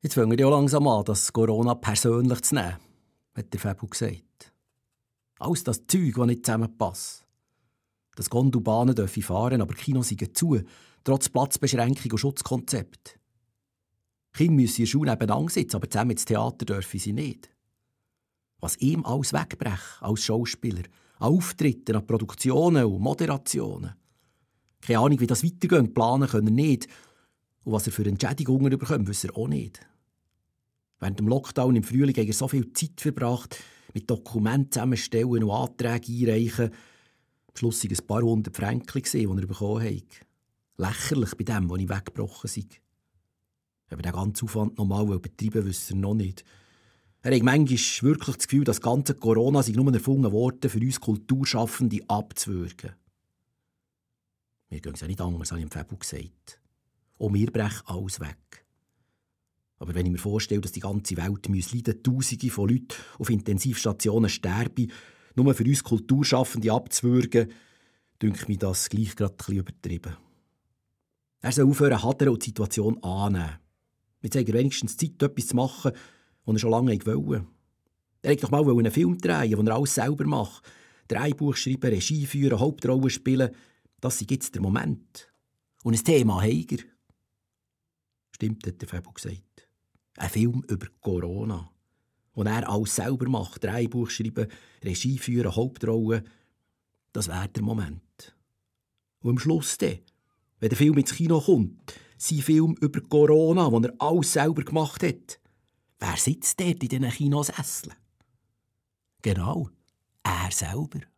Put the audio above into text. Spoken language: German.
Jetzt fangen wir ja langsam an, das Corona persönlich zu nehmen, hat der Fabio gesagt. Alles das Zeug, das nicht zusammenpasst. Dass Gondelbahnen dürfen fahren, aber Kinos sind zu, trotz Platzbeschränkung und Schutzkonzept. Kinder müssen in der Schule nebeneinander sitzen, aber zusammen ins Theater dürfen sie nicht. Was ihm alles wegbrechen als Schauspieler, an Auftritten, an Produktionen und Moderationen. Keine Ahnung, wie das weitergeht, planen können er nicht. Und was er für Entschädigungen bekommt, wissen er auch nicht. Während dem Lockdown im Frühling hat er so viel Zeit verbracht, mit Dokumenten zusammenstellen und Anträge einreichen. Am Schluss waren es ein paar 100 Franken, die er bekommen hat. Lächerlich bei dem, was ihm weggebrochen sei. Ob er den ganzen Aufwand nochmal betreiben will, wüsste er noch nicht. Er hat manchmal wirklich das Gefühl, dass das ganze Corona sei nur erfunden worden, für uns Kulturschaffende abzuwürgen. Wir gehen es ja nicht anders, habe ich im Februar gesagt. Auch wir brechen alles weg. Aber wenn ich mir vorstelle, dass die ganze Welt leiden, Tausende von Leuten auf Intensivstationen sterben, nur für uns Kulturschaffende abzuwürgen, dünkt mich das gleich gerade ein bisschen übertrieben. Er soll aufhören, hadern und die Situation annehmen. Jetzt hat er wenigstens Zeit, etwas zu machen, was er schon lange wollte. Er wollte doch mal einen Film drehen, wo er alles selber macht. Drehbuch schreiben, Regie führen, Hauptrollen spielen. Das ist jetzt der Moment. Und ein Thema hat er. Stimmt, hat der Fabio gesagt. Ein Film über Corona. Wo er alles selber macht. Drehbuch schreiben, Regie führen, Hauptrollen. Das wäre der Moment. Und am Schluss dann, wenn der Film ins Kino kommt, sein Film über Corona, den er alles selber gemacht hat. Wer sitzt dort in diesen Kinosesseln? Genau, er selber.